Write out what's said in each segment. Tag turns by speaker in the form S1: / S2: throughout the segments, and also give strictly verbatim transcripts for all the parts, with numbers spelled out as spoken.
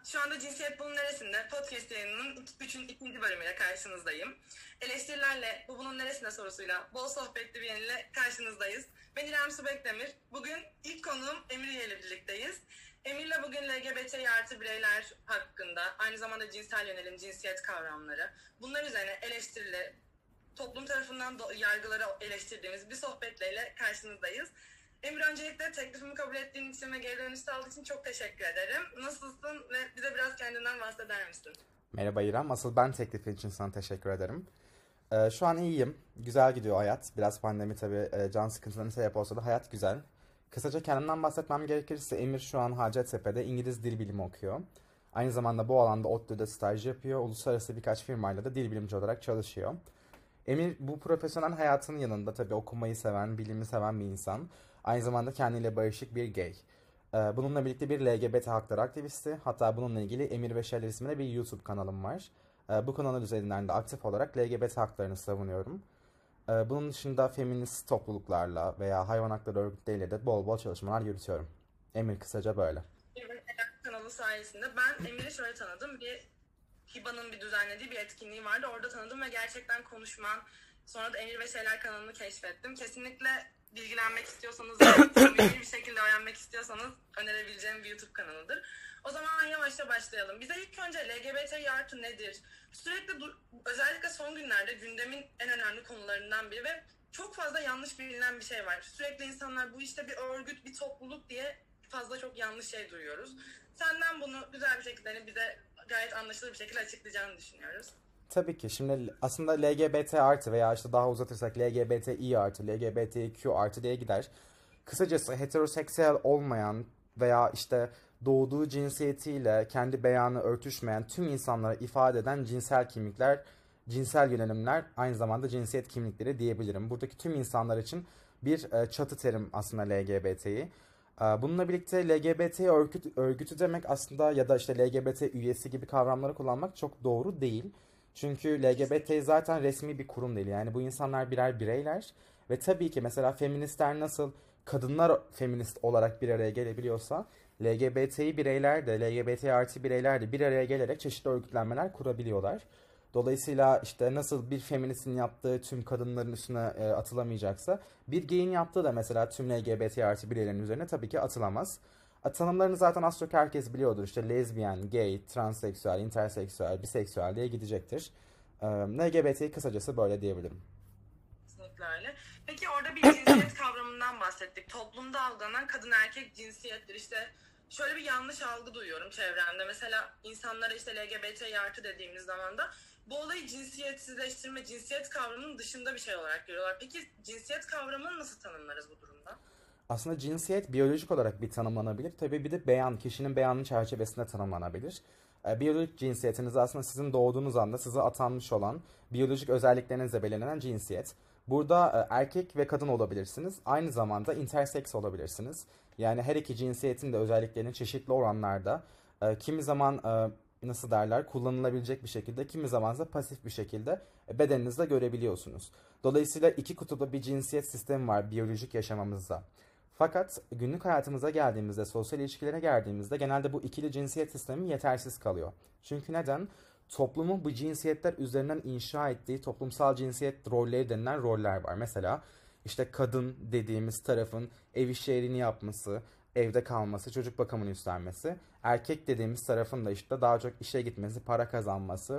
S1: Şu anda Cinsiyet Bunun Neresinde podcast yayınının üçün ikinci bölümüyle karşınızdayım. Eleştirilerle Bu Bunun Neresinde sorusuyla bol sohbetli bir yayınla karşınızdayız. Ben İrem Su Bekdemir. Bugün ilk konuğum Emir ile birlikteyiz. Emir'le bugün L G B T artı bireyler hakkında, aynı zamanda cinsel yönelim, cinsiyet kavramları, bunlar üzerine eleştirileri, toplum tarafından yargıları eleştirdiğimiz bir sohbetleyle karşınızdayız. Emir, öncelikle teklifimi kabul ettiğin için ve geri dönüş sağladığın için çok teşekkür ederim. Nasılsın ve bize biraz kendinden bahseder misin?
S2: Merhaba İrem. Asıl ben teklifin için sana teşekkür ederim. Ee, şu an iyiyim. Güzel gidiyor hayat. Biraz pandemi tabii e, can sıkıntılarına sebep olsa da hayat güzel. Kısaca kendimden bahsetmem gerekirse Emir şu an Hacettepe'de İngiliz Dil Bilimi okuyor. Aynı zamanda bu alanda ODTÜ'de staj yapıyor. Uluslararası birkaç firmayla da dil bilimci olarak çalışıyor. Emir bu profesyonel hayatının yanında tabii okumayı seven, bilimi seven bir insan. Aynı zamanda kendiyle barışık bir gay. Ee, Bununla birlikte bir L G B T hakları aktivisti. Hatta bununla ilgili Emir ve Şeyler isminde bir YouTube kanalım var. Ee, Bu kanal üzerinden de aktif olarak L G B T haklarını savunuyorum. Ee, Bunun dışında feminist topluluklarla veya hayvan hakları örgütleriyle de bol bol çalışmalar yürütüyorum. Emir kısaca böyle.
S1: Emir'in kanalı sayesinde ben Emir'i şöyle tanıdım. Bir Hiba'nın bir düzenlediği bir etkinliği vardı. Orada tanıdım ve gerçekten konuşman, sonra da Emir ve Şeyler kanalını keşfettim. Kesinlikle bilgilenmek istiyorsanız, samimi bir şekilde öğrenmek istiyorsanız önerebileceğim bir YouTube kanalıdır. O zaman yavaşça başlayalım. Bize ilk önce L G B T artı nedir? Sürekli özellikle son günlerde gündemin en önemli konularından biri ve çok fazla yanlış bilinen bir şey var. Sürekli insanlar bu işte bir örgüt, bir topluluk diye fazla çok yanlış şey duyuyoruz. Senden bunu güzel bir şekilde bize gayet anlaşılır bir şekilde açıklayacağını düşünüyoruz.
S2: Tabii ki. Şimdi aslında L G B T artı veya işte daha uzatırsak L G B T İ artı, L G B T Q artı diye gider. Kısacası heteroseksüel olmayan veya işte doğduğu cinsiyetiyle kendi beyanı örtüşmeyen tüm insanlara ifade eden cinsel kimlikler, cinsel yönelimler, aynı zamanda cinsiyet kimlikleri diyebilirim. Buradaki tüm insanlar için bir e, çatı terim aslında L G B T'yi. Bununla birlikte L G B T örgüt, örgütü demek aslında ya da işte L G B T üyesi gibi kavramları kullanmak çok doğru değil. Çünkü L G B T zaten resmi bir kurum değil. Yani bu insanlar birer bireyler. Ve tabii ki mesela feministler nasıl kadınlar feminist olarak bir araya gelebiliyorsa L G B T bireyler de L G B T artı bireyler de bir araya gelerek çeşitli örgütlenmeler kurabiliyorlar. Dolayısıyla işte nasıl bir feministin yaptığı tüm kadınların üstüne e, atılamayacaksa bir gay'in yaptığı da mesela tüm L G B T artı bireylerin üzerine tabii ki atılamaz. A, Tanımlarını zaten az çok herkes biliyordur. İşte lezbiyen, gay, transseksüel, interseksüel, biseksüel diye gidecektir. E, L G B T'yi kısacası böyle diyebilirim.
S1: Kesinlikle öyle. Peki orada bir cinsiyet kavramından bahsettik. Toplumda algılanan kadın erkek cinsiyettir. İşte şöyle bir yanlış algı duyuyorum çevremde. Mesela insanlara işte L G B T artı dediğimiz zaman da bu olayı cinsiyetsizleştirme, cinsiyet kavramının dışında bir şey olarak görüyorlar. Peki cinsiyet kavramını nasıl tanımlarız bu durumda?
S2: Aslında cinsiyet biyolojik olarak bir tanımlanabilir. Tabii bir de beyan, kişinin beyanının çerçevesinde tanımlanabilir. E, biyolojik cinsiyetiniz aslında sizin doğduğunuz anda size atanmış olan biyolojik özelliklerinizle belirlenen cinsiyet. Burada e, erkek ve kadın olabilirsiniz. Aynı zamanda interseks olabilirsiniz. Yani her iki cinsiyetin de özelliklerini çeşitli oranlarda e, kimi zaman e, nasıl derler kullanılabilecek bir şekilde, kimi zaman da pasif bir şekilde e, bedeninizde görebiliyorsunuz. Dolayısıyla iki kutuplu bir cinsiyet sistemi var biyolojik yaşamamızda. Fakat günlük hayatımıza geldiğimizde, sosyal ilişkilere geldiğimizde genelde bu ikili cinsiyet sistemi yetersiz kalıyor. Çünkü neden? Toplumun bu cinsiyetler üzerinden inşa ettiği toplumsal cinsiyet rolleri denilen roller var. Mesela işte kadın dediğimiz tarafın ev işlerini yapması, evde kalması, çocuk bakımını üstlenmesi. Erkek dediğimiz tarafın da işte daha çok işe gitmesi, para kazanması,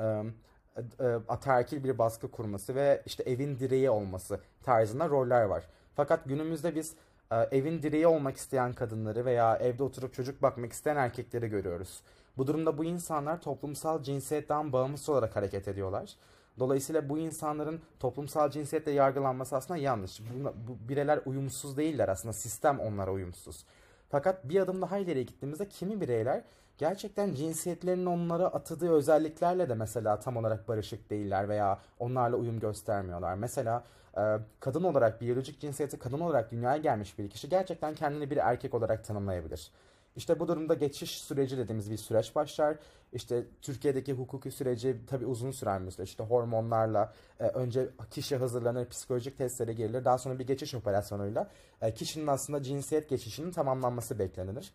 S2: ataerkil bir baskı kurması ve işte evin direği olması tarzında roller var. Fakat günümüzde biz evin direği olmak isteyen kadınları veya evde oturup çocuk bakmak isteyen erkekleri görüyoruz. Bu durumda bu insanlar toplumsal cinsiyetten bağımsız olarak hareket ediyorlar. Dolayısıyla bu insanların toplumsal cinsiyetle yargılanması aslında yanlış. Bu, bu bireyler uyumsuz değiller aslında. Sistem onlara uyumsuz. Fakat bir adım daha ileriye gittiğimizde kimi bireyler gerçekten cinsiyetlerinin onlara atadığı özelliklerle de mesela tam olarak barışık değiller veya onlarla uyum göstermiyorlar. Mesela kadın olarak, biyolojik cinsiyeti kadın olarak dünyaya gelmiş bir kişi gerçekten kendini bir erkek olarak tanımlayabilir. İşte bu durumda geçiş süreci dediğimiz bir süreç başlar. İşte Türkiye'deki hukuki süreci tabii uzun süren bir süreç. İşte hormonlarla e, önce kişi hazırlanır, psikolojik testlere girilir. Daha sonra bir geçiş operasyonuyla e, kişinin aslında cinsiyet geçişinin tamamlanması beklenilir.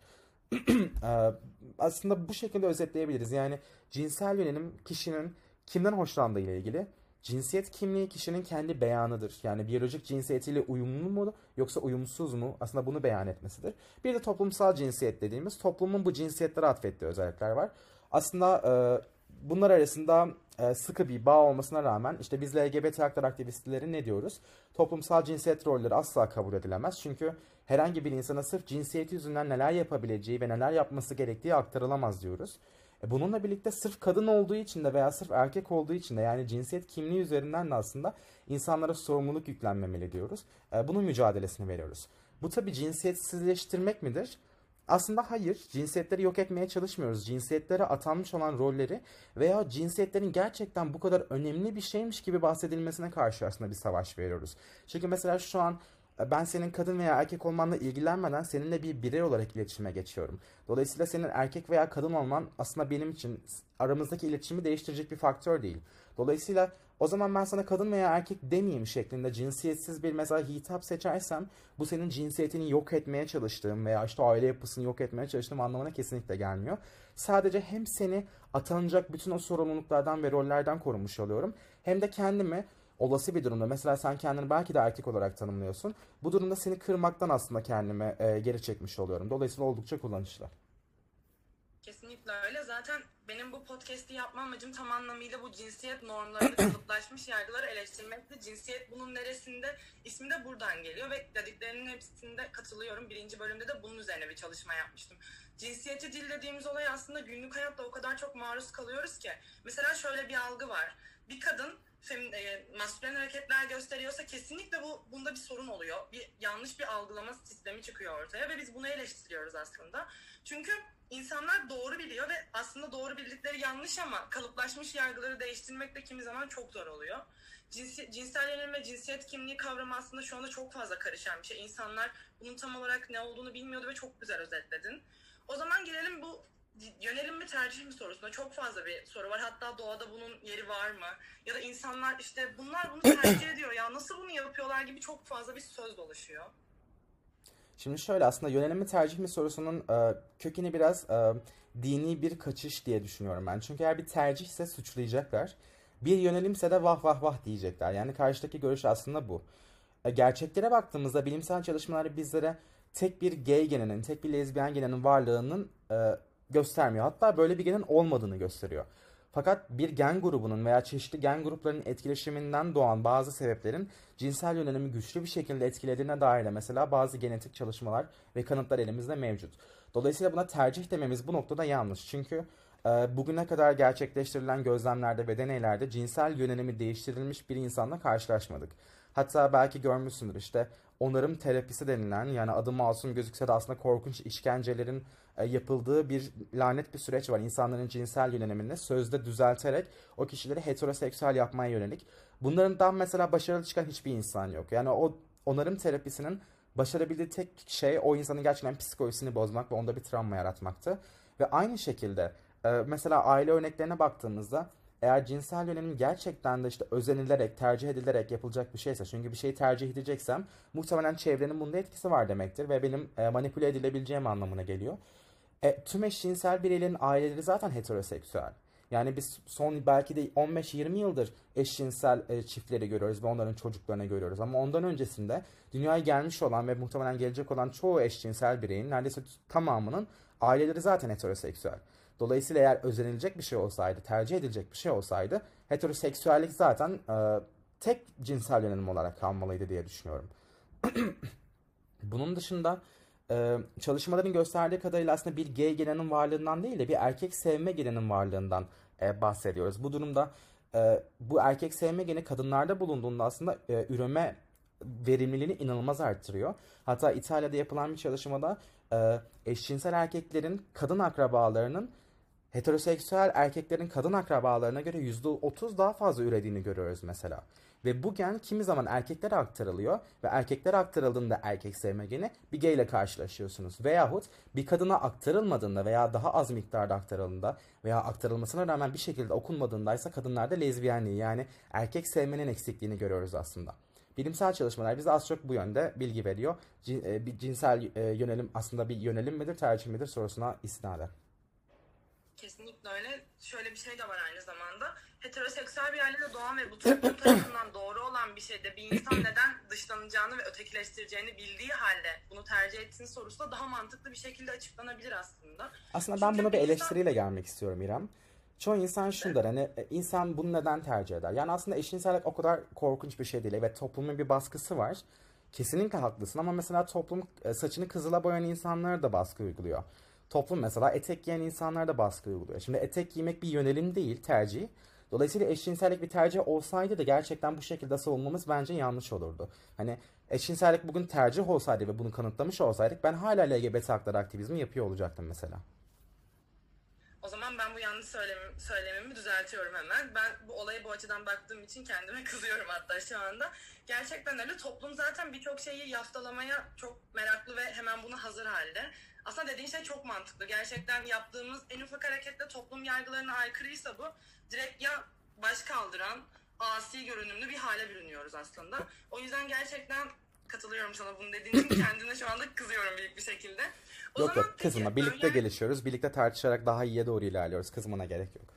S2: Ee, Aslında bu şekilde özetleyebiliriz. Yani cinsel yönelim kişinin kimden hoşlandığı ile ilgili. Cinsiyet kimliği kişinin kendi beyanıdır. Yani biyolojik cinsiyetiyle uyumlu mu yoksa uyumsuz mu? Aslında bunu beyan etmesidir. Bir de toplumsal cinsiyet dediğimiz toplumun bu cinsiyetlere atfettiği özellikler var. Aslında e, bunlar arasında e, sıkı bir bağ olmasına rağmen işte biz L G B T hakları aktivistleri ne diyoruz? Toplumsal cinsiyet rolleri asla kabul edilemez. Çünkü herhangi bir insana sırf cinsiyeti yüzünden neler yapabileceği ve neler yapması gerektiği aktarılamaz diyoruz. E, Bununla birlikte sırf kadın olduğu için de veya sırf erkek olduğu için de yani cinsiyet kimliği üzerinden de aslında insanlara sorumluluk yüklenmemeli diyoruz. E, Bunun mücadelesini veriyoruz. Bu tabii cinsiyetsizleştirmek midir? Aslında hayır, cinsiyetleri yok etmeye çalışmıyoruz. Cinsiyetlere atanmış olan rolleri veya cinsiyetlerin gerçekten bu kadar önemli bir şeymiş gibi bahsedilmesine karşı aslında bir savaş veriyoruz. Çünkü mesela şu an e, ben senin kadın veya erkek olmanla ilgilenmeden seninle bir birey olarak iletişime geçiyorum. Dolayısıyla senin erkek veya kadın olman aslında benim için aramızdaki iletişimi değiştirecek bir faktör değil. Dolayısıyla o zaman ben sana kadın veya erkek demeyeyim şeklinde cinsiyetsiz bir mesela hitap seçersem bu senin cinsiyetini yok etmeye çalıştığım veya işte aile yapısını yok etmeye çalıştığım anlamına kesinlikle gelmiyor. Sadece hem seni atanacak bütün o sorumluluklardan ve rollerden korumuş oluyorum hem de kendimi olası bir durumda mesela sen kendini belki de erkek olarak tanımlıyorsun. Bu durumda seni kırmaktan aslında kendimi e, geri çekmiş oluyorum. Dolayısıyla oldukça kullanışlı.
S1: Kesinlikle öyle. Zaten benim bu podcast'i yapma amacım tam anlamıyla bu cinsiyet normlarını, kalıplaşmış yargıları eleştirmekti. Cinsiyet bunun neresinde? İsmi de buradan geliyor ve dediklerinin hepsinde katılıyorum. Birinci bölümde de bunun üzerine bir çalışma yapmıştım. Cinsiyetçi dil dediğimiz olay aslında günlük hayatta o kadar çok maruz kalıyoruz ki. Mesela şöyle bir algı var. Bir kadın fem, e, maskülen hareketler gösteriyorsa kesinlikle bu bunda bir sorun oluyor. Bir yanlış bir algılama sistemi çıkıyor ortaya ve biz bunu eleştiriyoruz aslında. Çünkü insanlar doğru biliyor ve aslında doğru bildikleri yanlış ama kalıplaşmış yargıları değiştirmek de kimi zaman çok zor oluyor. Cinsi, cinsel yönelim ve cinsiyet kimliği kavramı aslında şu anda çok fazla karışan bir şey. İnsanlar bunun tam olarak ne olduğunu bilmiyordu ve çok güzel özetledin. O zaman gelelim bu yönelim mi tercih mi sorusuna. Çok fazla bir soru var. Hatta doğada bunun yeri var mı? Ya da insanlar işte bunlar bunu tercih ediyor ya nasıl bunu yapıyorlar gibi çok fazla bir söz dolaşıyor.
S2: Şimdi şöyle aslında yönelim mi tercih mi sorusunun e, kökeni biraz e, dini bir kaçış diye düşünüyorum ben. Çünkü eğer bir tercihse suçlayacaklar. Bir yönelimse de vah vah vah diyecekler. Yani karşıdaki görüş aslında bu. E, gerçeklere baktığımızda bilimsel çalışmalar bizlere tek bir gay geninin, tek bir lezbiyen geninin varlığının e, göstermiyor. Hatta böyle bir genin olmadığını gösteriyor. Fakat bir gen grubunun veya çeşitli gen gruplarının etkileşiminden doğan bazı sebeplerin cinsel yönelimi güçlü bir şekilde etkilediğine dair de mesela bazı genetik çalışmalar ve kanıtlar elimizde mevcut. Dolayısıyla buna tercih dememiz bu noktada yanlış. Çünkü e, bugüne kadar gerçekleştirilen gözlemlerde ve deneylerde cinsel yönelimi değiştirilmiş bir insanla karşılaşmadık. Hatta belki görmüşsündür işte onarım terapisi denilen yani adı masum gözükse de aslında korkunç işkencelerin e, yapıldığı bir lanet bir süreç var. İnsanların cinsel yönelimini sözde düzelterek o kişileri heteroseksüel yapmaya yönelik. Bunlardan mesela başarılı çıkan hiçbir insan yok. Yani o onarım terapisinin başarabildiği tek şey o insanın gerçekten psikolojisini bozmak ve onda bir travma yaratmaktı. Ve aynı şekilde e, mesela aile örneklerine baktığımızda eğer cinsel yönelim gerçekten de işte özenilerek, tercih edilerek yapılacak bir şeyse çünkü bir şeyi tercih edeceksem muhtemelen çevrenin bunda etkisi var demektir ve benim e, manipüle edilebileceğim anlamına geliyor. E, tüm eşcinsel bireylerin aileleri zaten heteroseksüel. Yani biz son belki de on beş yirmi yıldır eşcinsel e, çiftleri görüyoruz ve onların çocuklarını görüyoruz. Ama ondan öncesinde dünyaya gelmiş olan ve muhtemelen gelecek olan çoğu eşcinsel bireyin neredeyse tamamının aileleri zaten heteroseksüel. Dolayısıyla eğer özenilecek bir şey olsaydı, tercih edilecek bir şey olsaydı heteroseksüellik zaten e, tek cinsel yönelim olarak kalmalıydı diye düşünüyorum. Bunun dışında e, çalışmaların gösterdiği kadarıyla aslında bir gay genenin varlığından değil de bir erkek sevme geninin varlığından e, bahsediyoruz. Bu durumda e, bu erkek sevme geni kadınlarda bulunduğunda aslında e, üreme verimliliğini inanılmaz arttırıyor. Hatta İtalya'da yapılan bir çalışmada e, eşcinsel erkeklerin kadın akrabalarının heteroseksüel erkeklerin kadın akrabalarına göre yüzde otuz daha fazla ürediğini görüyoruz mesela. Ve bu gen kimi zaman erkeklere aktarılıyor ve erkeklere aktarıldığında erkek sevme geni bir gay ile karşılaşıyorsunuz. Veyahut bir kadına aktarılmadığında veya daha az miktarda aktarıldığında veya aktarılmasına rağmen bir şekilde okunmadığında ise kadınlarda lezbiyenliği yani erkek sevmenin eksikliğini görüyoruz aslında. Bilimsel çalışmalar bize az çok bu yönde bilgi veriyor. Cin- e, bir cinsel e, yönelim aslında bir yönelim midir, tercih midir sorusuna istinaden.
S1: Kesinlikle öyle. Şöyle bir şey de var aynı zamanda. Heteroseksüel bir ailede doğan ve bu toplum tarafından doğru olan bir şeyde bir insan neden dışlanacağını ve ötekileştireceğini bildiği halde bunu tercih ettiğini sorusu da daha mantıklı bir şekilde açıklanabilir aslında.
S2: Aslında ben
S1: Çünkü
S2: buna bir
S1: bir insan
S2: eleştiriyle gelmek istiyorum İrem. Çoğu insan şunu der hani e, insan bunu neden tercih eder? Yani aslında eşcinsellik o kadar korkunç bir şey değil. Evet toplumun bir baskısı var. Kesinlikle haklısın ama mesela toplum e, saçını kızıla boyayan insanlara da baskı uyguluyor. Toplum mesela etek giyen insanlara da baskı uyguluyor. Şimdi etek giymek bir yönelim değil, tercih. Dolayısıyla eşcinsellik bir tercih olsaydı da gerçekten bu şekilde savunmamız bence yanlış olurdu. Hani eşcinsellik bugün tercih olsaydı ve bunu kanıtlamış olsaydık ben hala L G B T hakları aktivizmi yapıyor olacaktım mesela.
S1: O zaman ben bu yanlış söylemim, söylemimi düzeltiyorum hemen. Ben bu olaya bu açıdan baktığım için kendime kızıyorum hatta şu anda. Gerçekten öyle. Toplum zaten birçok şeyi yaftalamaya çok meraklı ve hemen buna hazır halde. Aslında dediğin şey çok mantıklı. Gerçekten yaptığımız en ufak hareketle toplum yargılarına aykırıysa bu direkt ya baş kaldıran, asi görünümlü bir hale bürünüyoruz aslında. O yüzden gerçekten katılıyorum sana bunu dediğin için kendime şu anda kızıyorum büyük bir şekilde. O
S2: Yok
S1: zaman
S2: yok
S1: peki
S2: kızma. Birlikte
S1: önyargı
S2: gelişiyoruz. Birlikte tartışarak daha iyiye doğru ilerliyoruz. Kızmana gerek yok.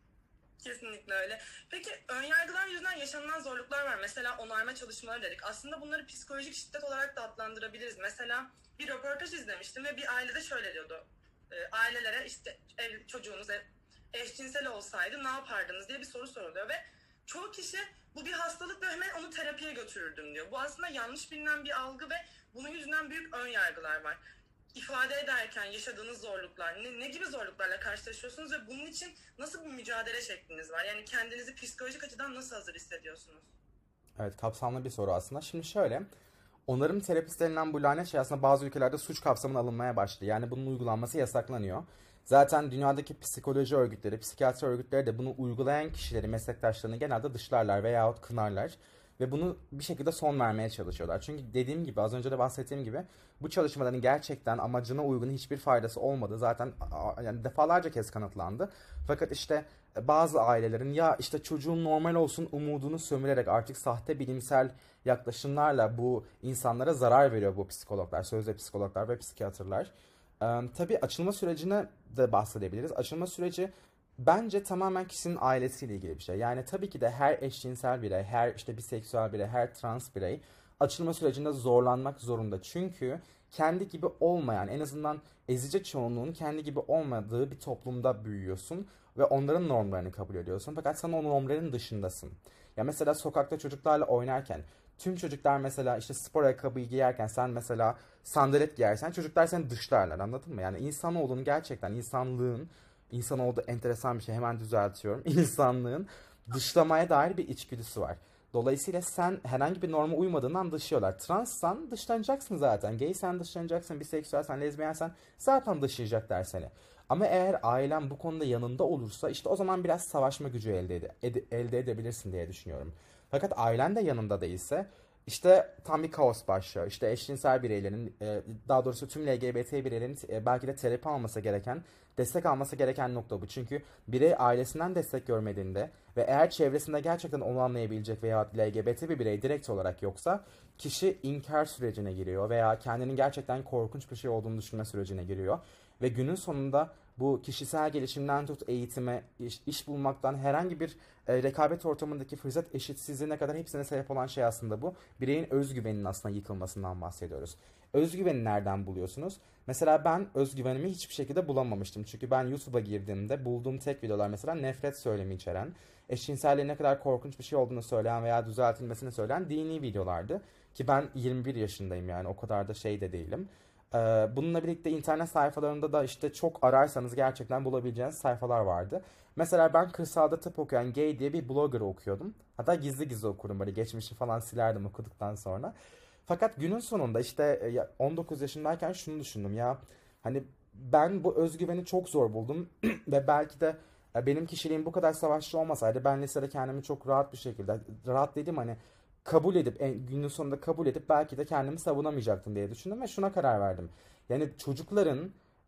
S1: kesinlikle öyle. Peki önyargılar yüzünden yaşanılan zorluklar var. Mesela onarma çalışmaları dedik. Aslında bunları psikolojik şiddet olarak da adlandırabiliriz. Mesela bir röportaj izlemiştim ve bir ailede şöyle diyordu. E, ailelere işte ev, çocuğunuz ev, eşcinsel olsaydı ne yapardınız diye bir soru soruluyor ve çoğu kişi bu bir hastalık ve hemen onu terapiye götürürdüm diyor. Bu aslında yanlış bilinen bir algı ve bunun yüzünden büyük ön yargılar var. İfade ederken yaşadığınız zorluklar, ne, ne gibi zorluklarla karşılaşıyorsunuz ve bunun için nasıl bir mücadele şekliniz var? Yani kendinizi psikolojik açıdan nasıl hazır hissediyorsunuz?
S2: Evet kapsamlı bir soru aslında. Şimdi şöyle. Onarım terapisi denilen bu lanet şey aslında bazı ülkelerde suç kapsamına alınmaya başladı. Yani bunun uygulanması yasaklanıyor. Zaten dünyadaki psikoloji örgütleri, psikiyatri örgütleri de bunu uygulayan kişileri, meslektaşlarını genelde dışlarlar veyahut kınarlar. Ve bunu bir şekilde son vermeye çalışıyorlar. Çünkü dediğim gibi, az önce de bahsettiğim gibi bu çalışmaların gerçekten amacına uygun hiçbir faydası olmadığı zaten a- yani defalarca kez kanıtlandı. Fakat işte bazı ailelerin ya işte çocuğun normal olsun umudunu sömürerek artık sahte bilimsel yaklaşımlarla bu insanlara zarar veriyor bu psikologlar, sözde psikologlar ve psikiyatrlar. Ee, tabii açılma sürecine de bahsedebiliriz. Açılma süreci bence tamamen kişinin ailesiyle ilgili bir şey. Yani tabii ki de her eşcinsel birey, her işte biseksüel birey, her trans birey açılma sürecinde zorlanmak zorunda. Çünkü kendi gibi olmayan, en azından ezici çoğunluğun kendi gibi olmadığı bir toplumda büyüyorsun ve onların normlarını kabul ediyorsun. Fakat sen o normların dışındasın. Ya mesela sokakta çocuklarla oynarken tüm çocuklar mesela işte spor ayakkabıyı giyerken sen mesela sandalet giyersen çocuklar seni dışlarlar, anladın mı? Yani insanoğlunun gerçekten insanlığın insanoğlu da enteresan bir şey, hemen düzeltiyorum. İnsanlığın dışlamaya dair bir içgüdüsü var. Dolayısıyla sen herhangi bir norma uymadığından dışlıyorlar. Transsan dışlanacaksın zaten. Gaysen dışlanacaksın, biseksüelsen, lezbiyensen zaten dışlayacaklar seni. Ama eğer ailen bu konuda yanında olursa işte o zaman biraz savaşma gücü elde, ede- ede- elde edebilirsin diye düşünüyorum. Fakat ailen de yanında değilse işte tam bir kaos başlıyor. İşte eşcinsel bireylerin, e, daha doğrusu tüm L G B T bireylerin e, belki de terapi alması gereken, destek alması gereken nokta bu. Çünkü birey ailesinden destek görmediğinde ve eğer çevresinde gerçekten onu anlayabilecek veya L G B T bir birey direkt olarak yoksa kişi inkar sürecine giriyor veya kendinin gerçekten korkunç bir şey olduğunu düşünme sürecine giriyor. Ve günün sonunda bu kişisel gelişimden tut eğitime, iş, iş bulmaktan herhangi bir e, rekabet ortamındaki fırsat eşitsizliğine kadar hepsine sebep olan şey aslında bu. Bireyin özgüveninin aslında yıkılmasından bahsediyoruz. Özgüveni nereden buluyorsunuz? Mesela ben özgüvenimi hiçbir şekilde bulamamıştım. Çünkü ben YouTube'a girdiğimde bulduğum tek videolar mesela nefret söylemi içeren, eşcinselliğin ne kadar korkunç bir şey olduğunu söyleyen veya düzeltilmesini söyleyen dini videolardı. Ki ben yirmi bir yaşındayım, yani o kadar da şey de değilim. Ee, bununla birlikte internet sayfalarında da işte çok ararsanız gerçekten bulabileceğiniz sayfalar vardı. Mesela ben kırsalda tıp okuyan Gay diye bir blogger okuyordum. Hatta gizli gizli okurdum, böyle geçmişi falan silerdim okuduktan sonra. Fakat günün sonunda işte e, ya- on dokuz yaşındayken şunu düşündüm ya, hani ben bu özgüveni çok zor buldum ve belki de e, benim kişiliğim bu kadar savaşçı olmasaydı ben lisede kendimi çok rahat bir şekilde, rahat dedim hani kabul edip en, günün sonunda kabul edip belki de kendimi savunamayacaktım diye düşündüm ve şuna karar verdim. Yani çocukların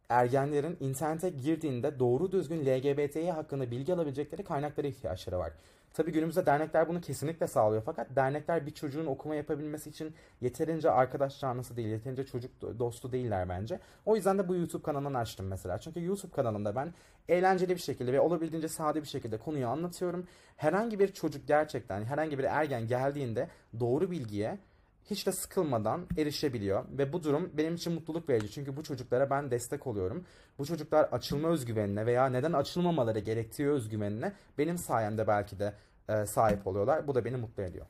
S2: ergenlerin internete girdiğinde doğru düzgün L G B T hakkında bilgi alabilecekleri kaynaklara ihtiyaçları var. Tabii günümüzde dernekler bunu kesinlikle sağlıyor fakat dernekler bir çocuğun okuma yapabilmesi için yeterince arkadaş canlısı değil, yeterince çocuk dostu değiller bence. O yüzden de bu YouTube kanalını açtım mesela. Çünkü YouTube kanalımda ben eğlenceli bir şekilde ve olabildiğince sade bir şekilde konuyu anlatıyorum. Herhangi bir çocuk gerçekten, herhangi bir ergen geldiğinde doğru bilgiye hiç de sıkılmadan erişebiliyor ve bu durum benim için mutluluk verici çünkü bu çocuklara ben destek oluyorum. Bu çocuklar açılma özgüvenine veya neden açılmamaları gerektiği özgüvenine benim sayemde belki de e, sahip oluyorlar. Bu da beni mutlu ediyor.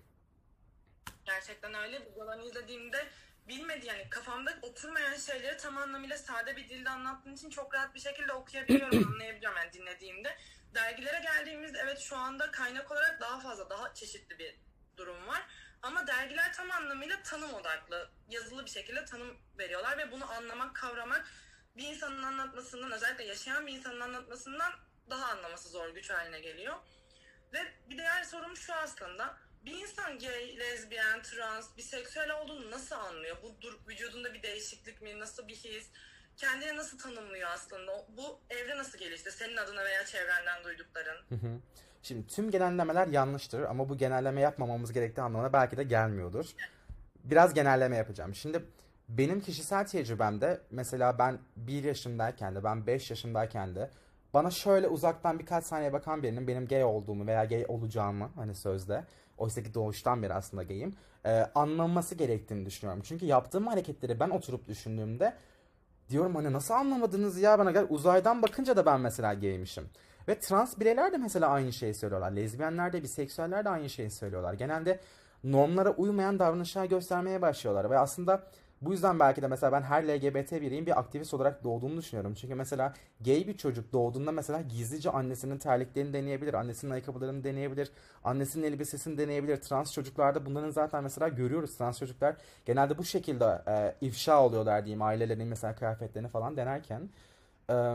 S1: Gerçekten öyle. Videolarını izlediğimde bilmedi yani kafamda oturmayan şeyleri tam anlamıyla sade bir dilde anlattığın için çok rahat bir şekilde okuyabiliyorum, anlayabiliyorum yani dinlediğimde. Dergilere geldiğimizde evet şu anda kaynak olarak daha fazla, daha çeşitli bir durum var. Ama dergiler tam anlamıyla tanım odaklı, yazılı bir şekilde tanım veriyorlar ve bunu anlamak, kavramak bir insanın anlatmasından, özellikle yaşayan bir insanın anlatmasından daha anlaması zor güç haline geliyor. Ve bir diğer sorum şu aslında, bir insan gay, lezbiyen, trans, biseksüel olduğunu nasıl anlıyor? Bu dur- vücudunda bir değişiklik mi, nasıl bir his, kendini nasıl tanımlıyor aslında? Bu evre nasıl gelişti? Senin adına veya çevrenden duydukların?
S2: Hı hı. Şimdi tüm genellemeler yanlıştır ama bu genelleme yapmamamız gerektiği anlamına belki de gelmiyordur. Biraz genelleme yapacağım. Şimdi benim kişisel tecrübemde mesela ben bir yaşımdayken de ben beş yaşımdayken de bana şöyle uzaktan birkaç saniye bakan birinin benim gay olduğumu veya gay olacağımı hani sözde oysa ki doğuştan beri aslında gayim e, anlaması gerektiğini düşünüyorum. Çünkü yaptığım hareketleri ben oturup düşündüğümde diyorum hani nasıl anlamadınız ya bana gel uzaydan bakınca da ben mesela gaymişim. Ve trans bireyler de mesela aynı şeyi söylüyorlar. Lezbiyenler de, biseksüeller de aynı şeyi söylüyorlar. Genelde normlara uymayan davranışlar göstermeye başlıyorlar. Ve aslında bu yüzden belki de mesela ben her L G B T bireyin bir aktivist olarak doğduğunu düşünüyorum. Çünkü mesela gay bir çocuk doğduğunda mesela gizlice annesinin terliklerini deneyebilir, annesinin ayakkabılarını deneyebilir, annesinin elbisesini deneyebilir. Trans çocuklarda bunların zaten mesela görüyoruz. Trans çocuklar genelde bu şekilde e, ifşa oluyorlar diyeyim ailelerinin mesela kıyafetlerini falan denerken. E,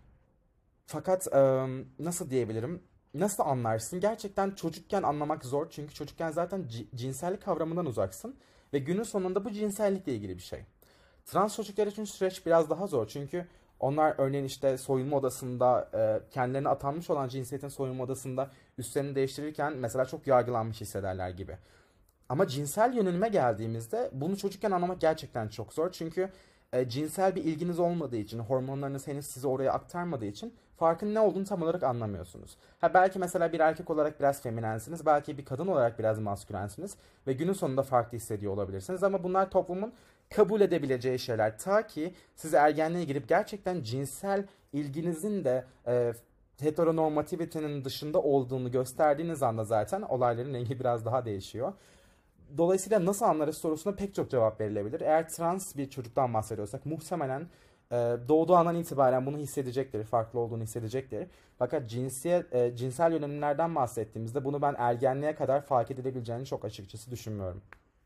S2: Fakat e, nasıl diyebilirim? Nasıl anlarsın? Gerçekten çocukken anlamak zor. Çünkü çocukken zaten ci- cinsellik kavramından uzaksın. Ve günün sonunda bu cinsellikle ilgili bir şey. Trans çocuklar için süreç biraz daha zor. Çünkü onlar örneğin işte soyunma odasında e, kendilerine atanmış olan cinsiyetin soyunma odasında üstlerini değiştirirken mesela çok yargılanmış hissederler gibi. Ama cinsel yönelime geldiğimizde bunu çocukken anlamak gerçekten çok zor. Çünkü e, cinsel bir ilginiz olmadığı için, hormonlarınız henüz sizi oraya aktarmadığı için farkın ne olduğunu tam olarak anlamıyorsunuz. Ha belki mesela bir erkek olarak biraz feminensiniz, belki bir kadın olarak biraz maskülensiniz ve günün sonunda farklı hissediyor olabilirsiniz. Ama bunlar toplumun kabul edebileceği şeyler. Ta ki siz ergenliğe girip gerçekten cinsel ilginizin de e, heteronormativitenin dışında olduğunu gösterdiğiniz anda zaten olayların rengi biraz daha değişiyor. Dolayısıyla nasıl anlarız sorusuna pek çok cevap verilebilir. Eğer trans bir çocuktan bahsediyorsak muhtemelen e, doğduğu andan itibaren bunu hissedecektir, farklı olduğunu hissedecektir. Fakat cinsiyet, e, cinsel yönelimlerden bahsettiğimizde bunu ben ergenliğe kadar fark edilebileceğini çok açıkçası düşünmüyorum.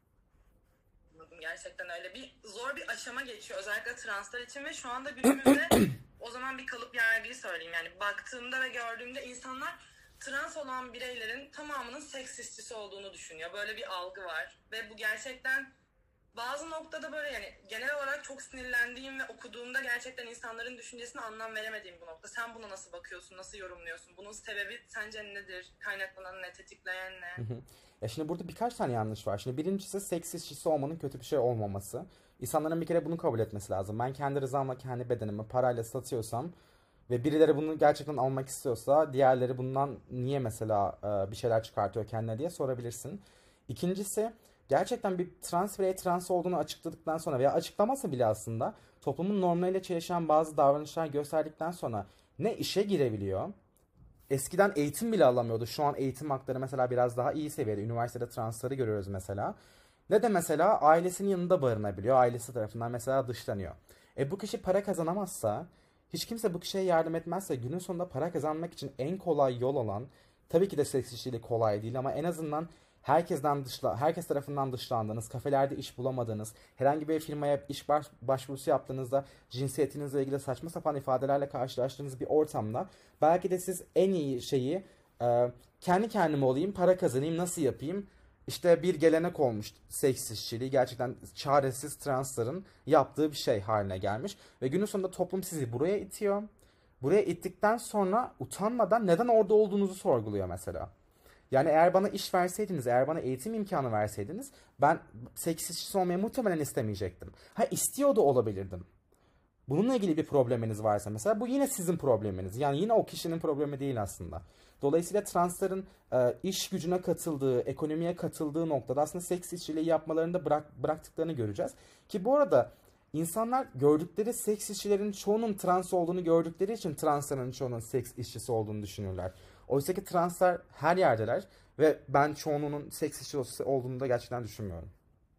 S1: Gerçekten öyle bir zor bir aşama geçiyor özellikle translar için ve şu anda günümüzde o zaman bir kalıp yargıyı söyleyeyim yani baktığımda ve gördüğümde insanlar trans olan bireylerin tamamının seks işçisi olduğunu düşünüyor. Böyle bir algı var ve bu gerçekten bazı noktada böyle yani genel olarak çok sinirlendiğim ve okuduğumda gerçekten insanların düşüncesine anlam veremediğim bu nokta. Sen buna nasıl bakıyorsun, nasıl yorumluyorsun? Bunun sebebi sence nedir? Kaynaklanan ne, tetikleyen ne?
S2: Hı hı. Ya şimdi burada birkaç tane yanlış var. Şimdi birincisi seks işçisi olmanın kötü bir şey olmaması. İnsanların bir kere bunu kabul etmesi lazım. Ben kendi rızamla kendi bedenimi parayla satıyorsam ve birileri bunu gerçekten almak istiyorsa diğerleri bundan niye mesela e, bir şeyler çıkartıyor kendine diye sorabilirsin. İkincisi gerçekten bir trans birey trans olduğunu açıkladıktan sonra veya açıklamasa bile aslında toplumun normlarıyla çelişen bazı davranışlar gösterdikten sonra ne işe girebiliyor. Eskiden eğitim bile alamıyordu. Şu an eğitim hakları mesela biraz daha iyi seviyede. Üniversitede transları görüyoruz mesela. Ne de mesela ailesinin yanında barınabiliyor. Ailesi tarafından mesela dışlanıyor. E bu kişi para kazanamazsa, hiç kimse bu kişiye yardım etmezse günün sonunda para kazanmak için en kolay yol olan, tabii ki de seks işçiliği kolay değil ama en azından herkesten dışla, herkes tarafından dışlandığınız, kafelerde iş bulamadığınız, herhangi bir firmaya iş baş, başvurusu yaptığınızda cinsiyetinizle ilgili saçma sapan ifadelerle karşılaştığınız bir ortamda belki de siz en iyi şeyi e, kendi kendime olayım, para kazanayım, nasıl yapayım? işte bir gelenek olmuş seks işçiliği, gerçekten çaresiz transların yaptığı bir şey haline gelmiş. Ve günün sonunda toplum sizi buraya itiyor. Buraya ittikten sonra utanmadan neden orada olduğunuzu sorguluyor mesela. Yani eğer bana iş verseydiniz, eğer bana eğitim imkanı verseydiniz ben seks işçisi olmayı muhtemelen istemeyecektim. Ha, istiyor da olabilirdim. Bununla ilgili bir probleminiz varsa mesela bu yine sizin probleminiz. Yani yine o kişinin problemi değil aslında. Dolayısıyla transların e, iş gücüne katıldığı, ekonomiye katıldığı noktada aslında seks işçiliği yapmalarını da bırak, bıraktıklarını göreceğiz. Ki bu arada insanlar gördükleri seks işçilerin çoğunun trans olduğunu gördükleri için transların çoğunun seks işçisi olduğunu düşünürler. Oysa ki translar her yerdeler ve ben çoğunun seks işçisi olduğunu da gerçekten düşünmüyorum.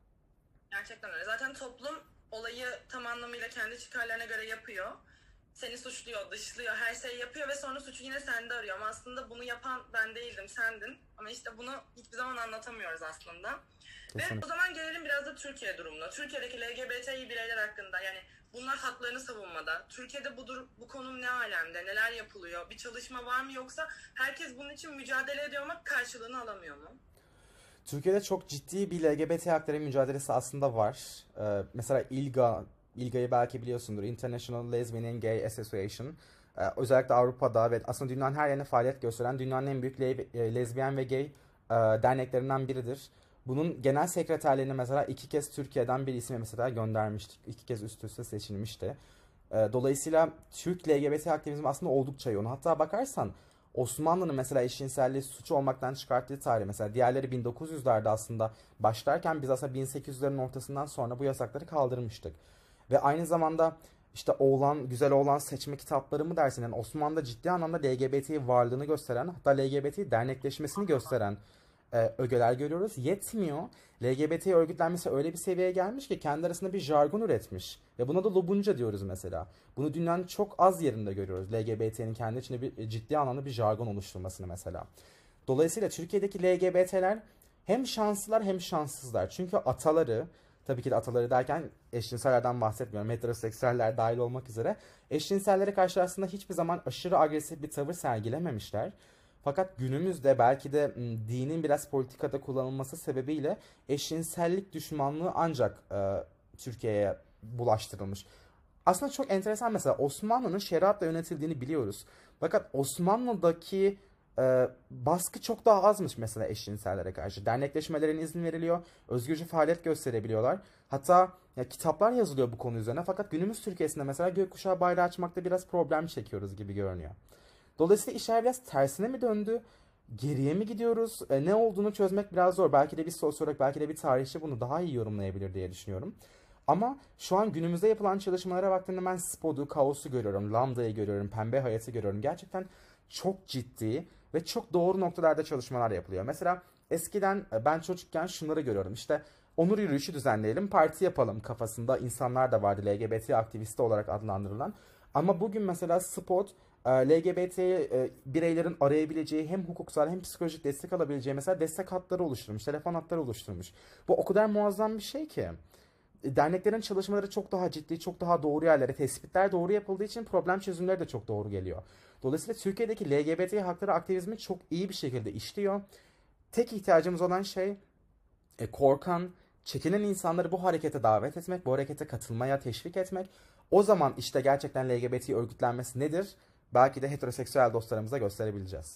S1: Gerçekten öyle. Zaten toplum olayı tam anlamıyla kendi çıkarlarına göre yapıyor. Seni suçluyor, dışlıyor, her şeyi yapıyor ve sonra suçu yine sende arıyor. Ama aslında bunu yapan ben değildim, sendin. Ama işte bunu hiçbir zaman anlatamıyoruz aslında. Ve o
S2: Kesinlikle.
S1: zaman gelelim biraz da Türkiye durumuna. Türkiye'deki L G B T İ bireyler hakkında, yani bunlar haklarını savunmada. Türkiye'de bu, dur- bu konum ne alemde, neler yapılıyor? Bir çalışma var mı, yoksa herkes bunun için mücadele ediyor ama karşılığını alamıyor mu?
S2: Türkiye'de çok ciddi bir L G B T hakları mücadelesi aslında var. Ee, mesela İLGA, İLGA'yı belki biliyorsundur. International Lesbian and Gay Association. Ee, özellikle Avrupa'da ve aslında dünyanın her yerine faaliyet gösteren dünyanın en büyük le- e, lezbiyen ve gay e, derneklerinden biridir. Bunun genel sekreterliğini mesela iki kez Türkiye'den bir ismi mesela göndermiştik. İki kez üst üste seçilmişti. Ee, dolayısıyla Türk L G B T aktivizmi aslında oldukça yoğun. Hatta bakarsan Osmanlı'nın mesela eşcinselliği suç olmaktan çıkarttığı tarih, mesela diğerleri bin dokuz yüzlerde aslında başlarken biz aslında bin sekiz yüzlerin ortasından sonra bu yasakları kaldırmıştık. Ve aynı zamanda işte oğlan, güzel oğlan seçme kitapları mı dersin? Yani Osmanlı'da ciddi anlamda L G B T varlığını gösteren, hatta L G B T dernekleşmesini gösteren e, ögeler görüyoruz. Yetmiyor. L G B T örgütlenmesi öyle bir seviyeye gelmiş ki kendi arasında bir jargon üretmiş. Ve buna da lobunca diyoruz mesela. Bunu dünyanın çok az yerinde görüyoruz. L G B T'nin kendi içinde bir ciddi anlamda bir jargon oluşturmasını mesela. Dolayısıyla Türkiye'deki L G B T'ler hem şanslılar hem şanssızlar. Çünkü ataları, tabii ki de ataları derken eşcinsellerden bahsetmiyorum, heteroseksüeller dahil olmak üzere, eşcinsellere karşı aslında hiçbir zaman aşırı agresif bir tavır sergilememişler. Fakat günümüzde belki de m, dinin biraz politikada kullanılması sebebiyle eşcinsellik düşmanlığı ancak e, Türkiye'ye bulaştırılmış. Aslında çok enteresan, mesela Osmanlı'nın şeriatla yönetildiğini biliyoruz. Fakat Osmanlı'daki e, baskı çok daha azmış mesela eşcinsellere karşı. Dernekleşmelerine izin veriliyor, özgürce faaliyet gösterebiliyorlar. Hatta ya, kitaplar yazılıyor bu konu üzerine. Fakat günümüz Türkiye'sinde mesela gökkuşağı bayrağı açmakta biraz problem çekiyoruz gibi görünüyor. Dolayısıyla işler biraz tersine mi döndü? Geriye mi gidiyoruz? E, ne olduğunu çözmek biraz zor. Belki de bir sosyolog, belki de bir tarihçi bunu daha iyi yorumlayabilir diye düşünüyorum. Ama şu an günümüzde yapılan çalışmalara baktığımda ben Spod'u, Kaos'u görüyorum, Lambda'yı görüyorum, Pembe Hayat'ı görüyorum. Gerçekten çok ciddi ve çok doğru noktalarda çalışmalar yapılıyor. Mesela eskiden e, ben çocukken şunları görüyorum. İşte onur yürüyüşü düzenleyelim, parti yapalım kafasında insanlar da vardı, L G B T aktivisti olarak adlandırılan. Ama bugün mesela Spot, e, L G B T e, bireylerin arayabileceği hem hukuksal hem psikolojik destek alabileceği mesela destek hatları oluşturmuş, telefon hatları oluşturmuş. Bu o kadar muazzam bir şey ki. Derneklerin çalışmaları çok daha ciddi, çok daha doğru yerlere, tespitler doğru yapıldığı için problem çözümleri de çok doğru geliyor. Dolayısıyla Türkiye'deki L G B T hakları aktivizmi çok iyi bir şekilde işliyor. Tek ihtiyacımız olan şey e, korkan, çekinen insanları bu harekete davet etmek, bu harekete katılmaya teşvik etmek. O zaman işte gerçekten L G B T örgütlenmesi nedir? Belki de heteroseksüel dostlarımıza gösterebileceğiz.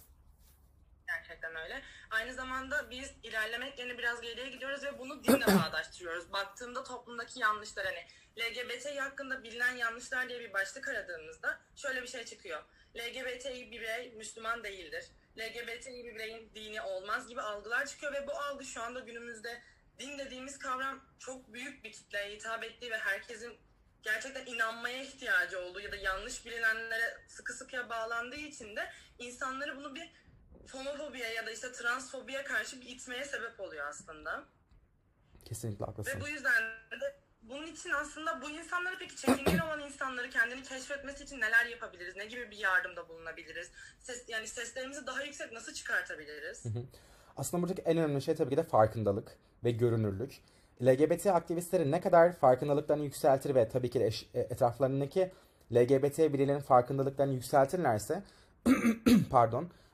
S1: Gerçekten öyle. Aynı zamanda biz ilerlemek yerine biraz geriye gidiyoruz ve bunu dinle bağdaştırıyoruz. Baktığımda toplumdaki yanlışlar, hani L G B T hakkında bilinen yanlışlar diye bir başlık aradığımızda şöyle bir şey çıkıyor. L G B T bir birey Müslüman değildir. L G B T bir bireyin dini olmaz gibi algılar çıkıyor ve bu algı şu anda günümüzde, din dediğimiz kavram çok büyük bir kitleye hitap ettiği ve herkesin gerçekten inanmaya ihtiyacı olduğu ya da yanlış bilinenlere sıkı sıkıya bağlandığı için de insanları bunu bir homofobiye ya da işte transfobiye karşı bir itmeye sebep oluyor aslında.
S2: Kesinlikle
S1: Ve
S2: haklısın.
S1: bu yüzden de bunun için aslında bu insanları, peki çekingen olan insanları kendini keşfetmesi için neler yapabiliriz? Ne gibi bir yardımda bulunabiliriz? Ses, yani seslerimizi daha yüksek nasıl çıkartabiliriz?
S2: Aslında buradaki en önemli şey tabii ki de farkındalık ve görünürlük. L G B T aktivistleri ne kadar farkındalıklarını yükseltir ve tabii ki de eş- e, etraflarındaki L G B T bireylerin farkındalıklarını yükseltirlerse pardon,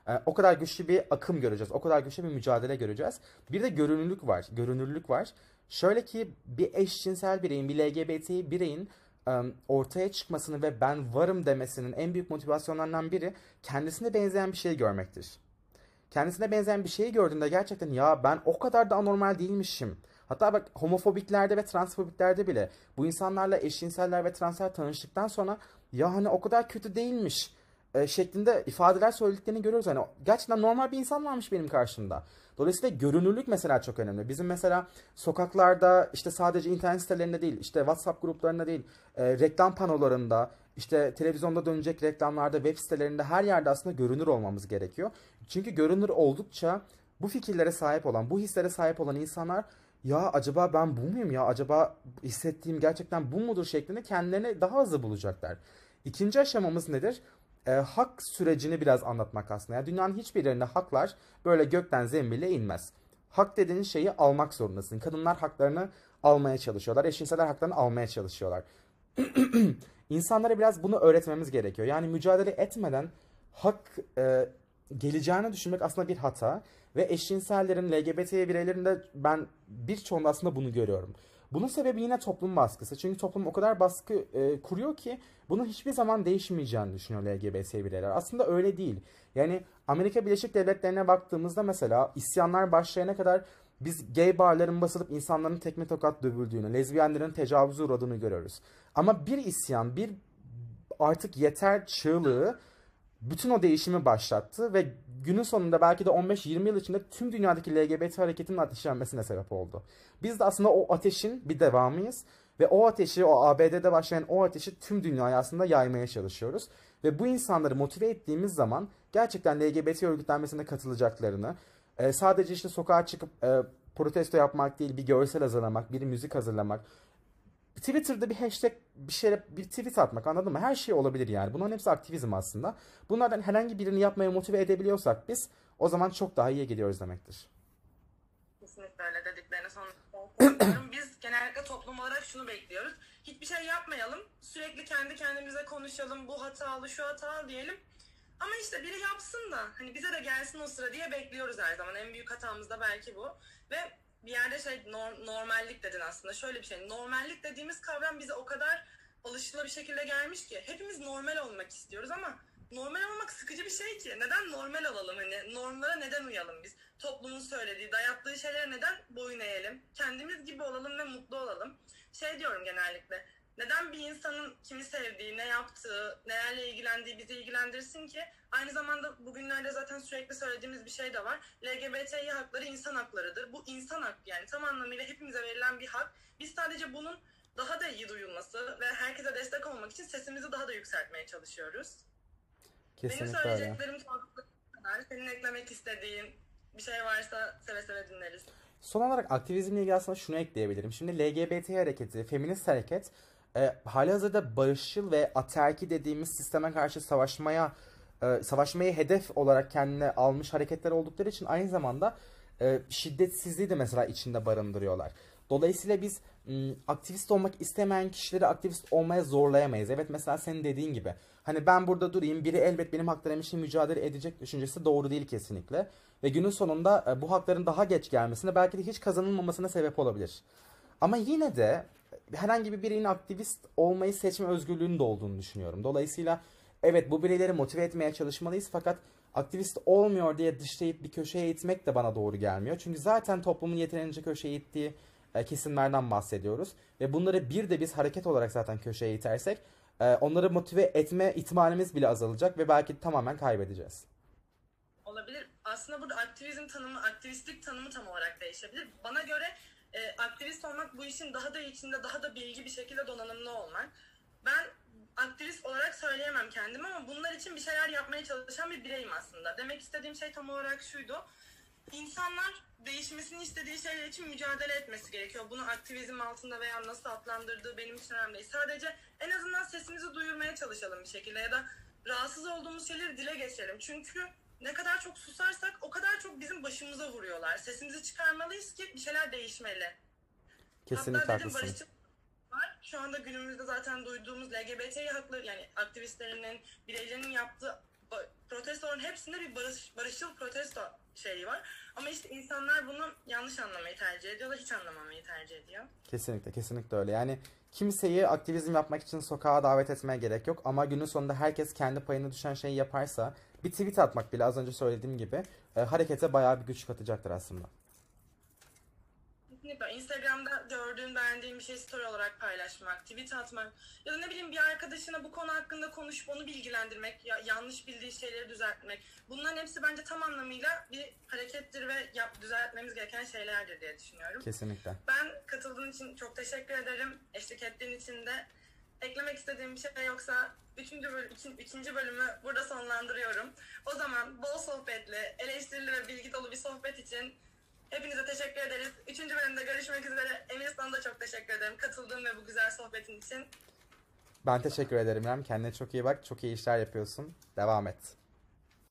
S2: E, o kadar güçlü bir akım göreceğiz. O kadar güçlü bir mücadele göreceğiz. Bir de görünürlük var. Görünürlük var. Şöyle ki bir eşcinsel bireyin, bir L G B T bireyin e, ortaya çıkmasını ve ben varım demesinin en büyük motivasyonlarından biri kendisine benzeyen bir şey görmektir. Kendisine benzeyen bir şeyi gördüğünde gerçekten ya ben o kadar da anormal değilmişim. Hatta bak homofobiklerde ve transfobiklerde bile bu insanlarla eşcinseller ve transler tanıştıktan sonra ya hani o kadar kötü değilmiş e, şeklinde ifadeler söylediklerini görüyoruz. Hani gerçekten normal bir insan varmış benim karşımda. Dolayısıyla görünürlük mesela çok önemli. Bizim mesela sokaklarda işte sadece internet sitelerinde değil, işte WhatsApp gruplarında değil, e, reklam panolarında, işte televizyonda dönecek reklamlarda, web sitelerinde her yerde aslında görünür olmamız gerekiyor. Çünkü görünür oldukça bu fikirlere sahip olan, bu hislere sahip olan insanlar ya acaba ben bu muyum ya acaba hissettiğim gerçekten bu mudur şeklinde kendilerini daha hızlı bulacaklar. İkinci aşamamız nedir? E, hak sürecini biraz anlatmak aslında. Yani dünyanın hiçbir yerinde haklar böyle gökten zembille inmez. Hak dediğin şeyi almak zorundasın. Kadınlar haklarını almaya çalışıyorlar. Eşcinseller haklarını almaya çalışıyorlar. İnsanlara biraz bunu öğretmemiz gerekiyor. Yani mücadele etmeden hak e, geleceğini düşünmek aslında bir hata. Ve eşcinsellerin, L G B T bireylerin de ben birçoğunda aslında bunu görüyorum. Bunun sebebi yine toplum baskısı. Çünkü toplum o kadar baskı e, kuruyor ki bunun hiçbir zaman değişmeyeceğini düşünüyor L G B T bireyler. Aslında öyle değil. Yani Amerika Birleşik Devletleri'ne baktığımızda mesela isyanlar başlayana kadar biz gay barların basılıp insanların tekme tokat dövüldüğünü, lezbiyenlerin tecavüze uğradığını görüyoruz. Ama bir isyan, bir artık yeter çığlığı bütün o değişimi başlattı ve günün sonunda belki de on beş yirmi yıl içinde tüm dünyadaki L G B T hareketinin ateşlenmesine sebep oldu. Biz de aslında o ateşin bir devamıyız ve o ateşi, o A B D'de başlayan o ateşi tüm dünyaya aslında yaymaya çalışıyoruz. Ve bu insanları motive ettiğimiz zaman gerçekten L G B T örgütlenmesine katılacaklarını, e, sadece işte sokağa çıkıp e, protesto yapmak değil, bir görsel hazırlamak, bir müzik hazırlamak, Twitter'da bir hashtag bir şeyle bir tweet atmak anladın mı? Her şey olabilir yani. Bunların hepsi aktivizm aslında. Bunlardan herhangi birini yapmaya motive edebiliyorsak biz o zaman çok daha iyiye gidiyoruz demektir.
S1: Kesinlikle öyle dediklerine sonuna katılıyorum. Biz genellikle toplum olarak şunu bekliyoruz. Hiçbir şey yapmayalım. Sürekli kendi kendimize konuşalım. Bu hatalı, şu hatalı diyelim. Ama işte biri yapsın da hani bize de gelsin o sıra diye bekliyoruz her zaman. En büyük hatamız da belki bu. Ve bir yerde şey norm, normallik dedin aslında. Şöyle bir şey. Normallik dediğimiz kavram bize o kadar alışıla bir şekilde gelmiş ki hepimiz normal olmak istiyoruz ama normal olmak sıkıcı bir şey ki. Neden normal olalım? Hani normlara neden uyalım biz? Toplumun söylediği, dayattığı şeylere neden boyun eğelim? Kendimiz gibi olalım ve mutlu olalım. Şey diyorum genellikle. Neden bir insanın kimi sevdiği, ne yaptığı, nelerle ilgilendiği bizi ilgilendirsin ki? Aynı zamanda bugünlerde zaten sürekli söylediğimiz bir şey de var. L G B T İ hakları insan haklarıdır. Bu insan hakkı yani tam anlamıyla hepimize verilen bir hak. Biz sadece bunun daha da iyi duyulması ve herkese destek olmak için sesimizi daha da yükseltmeye çalışıyoruz.
S2: Kesinlikle
S1: Benim
S2: öyle.
S1: söyleyeceklerim sorduklarım kadar. Senin eklemek istediğin bir şey varsa seve seve dinleriz.
S2: Son olarak aktivizmle ilgili aslında şunu ekleyebilirim. Şimdi L G B T hareketi, feminist hareket e, halihazırda barışçıl ve ataerki dediğimiz sisteme karşı savaşmaya e, savaşmayı hedef olarak kendine almış hareketler oldukları için aynı zamanda e, şiddetsizliği de mesela içinde barındırıyorlar. Dolayısıyla biz m, aktivist olmak istemeyen kişileri aktivist olmaya zorlayamayız. Evet mesela senin dediğin gibi. Hani ben burada durayım, biri elbet benim haklarım için mücadele edecek düşüncesi doğru değil kesinlikle. Ve günün sonunda e, bu hakların daha geç gelmesine belki de hiç kazanılmamasına sebep olabilir. Ama yine de herhangi bir bireyin aktivist olmayı seçme özgürlüğünün de olduğunu düşünüyorum. Dolayısıyla evet bu bireyleri motive etmeye çalışmalıyız fakat aktivist olmuyor diye dışlayıp bir köşeye itmek de bana doğru gelmiyor. Çünkü zaten toplumun yeterince köşeye ittiği e, kesimlerden bahsediyoruz. Ve bunları bir de biz hareket olarak zaten köşeye itersek e, onları motive etme ihtimalimiz bile azalacak ve belki tamamen kaybedeceğiz.
S1: Olabilir. Aslında burada aktivizm tanımı, aktivistlik tanımı tam olarak değişebilir. Bana göre e, aktivist olmak bu işin daha da içinde, daha da bilgi bir şekilde donanımlı olmak. Ben aktivist olarak söyleyemem kendimi ama bunlar için bir şeyler yapmaya çalışan bir bireyim aslında. Demek istediğim şey tam olarak şuydu. İnsanlar değişmesini istediği şeyler için mücadele etmesi gerekiyor. Bunu aktivizm altında veya nasıl adlandırdığı benim için önemli değil. Sadece en azından sesimizi duyurmaya çalışalım bir şekilde ya da rahatsız olduğumuz şeyleri dile geçirelim. Çünkü ne kadar çok susarsak o kadar çok bizim başımıza vuruyorlar. Sesimizi çıkarmalıyız ki bir şeyler değişmeli.
S2: Kesinlikle
S1: Hatta dedim
S2: haklısın.
S1: barışçıl var. Şu anda günümüzde zaten duyduğumuz L G B T hakları yani aktivistlerinin, bireylerinin yaptığı protesto protestoların hepsinde bir barış, barışçıl protesto şeyi var. Ama işte insanlar bunu yanlış anlamayı tercih ediyor da hiç anlamamayı tercih ediyor.
S2: Kesinlikle, kesinlikle öyle. Yani kimseyi aktivizm yapmak için sokağa davet etmeye gerek yok ama günün sonunda herkes kendi payına düşen şeyi yaparsa bir tweet atmak bile az önce söylediğim gibi e, harekete bayağı bir güç katacaktır aslında.
S1: Kesinlikle. Instagram'da gördüğün, beğendiğin bir şey story olarak paylaşmak, tweet atmak ya da ne bileyim bir arkadaşına bu konu hakkında konuşup onu bilgilendirmek, ya yanlış bildiği şeyleri düzeltmek. Bunların hepsi bence tam anlamıyla bir harekettir ve yap, düzeltmemiz gereken şeylerdir diye düşünüyorum.
S2: Kesinlikle.
S1: Ben katıldığın için çok teşekkür ederim. Eşlik ettiğin için de. Eklemek istediğim bir şey yoksa üçüncü, bölüm, iki, ikinci bölümü burada sonlandırıyorum. O zaman bol sohbetli, eleştirili ve bilgi dolu bir sohbet için hepinize teşekkür ederiz. Üçüncü bölümde görüşmek üzere. Emir, sana da çok teşekkür ederim katıldığın ve bu güzel sohbetin için.
S2: Ben teşekkür ederim İrem. Kendine çok iyi bak. Çok iyi işler yapıyorsun. Devam et.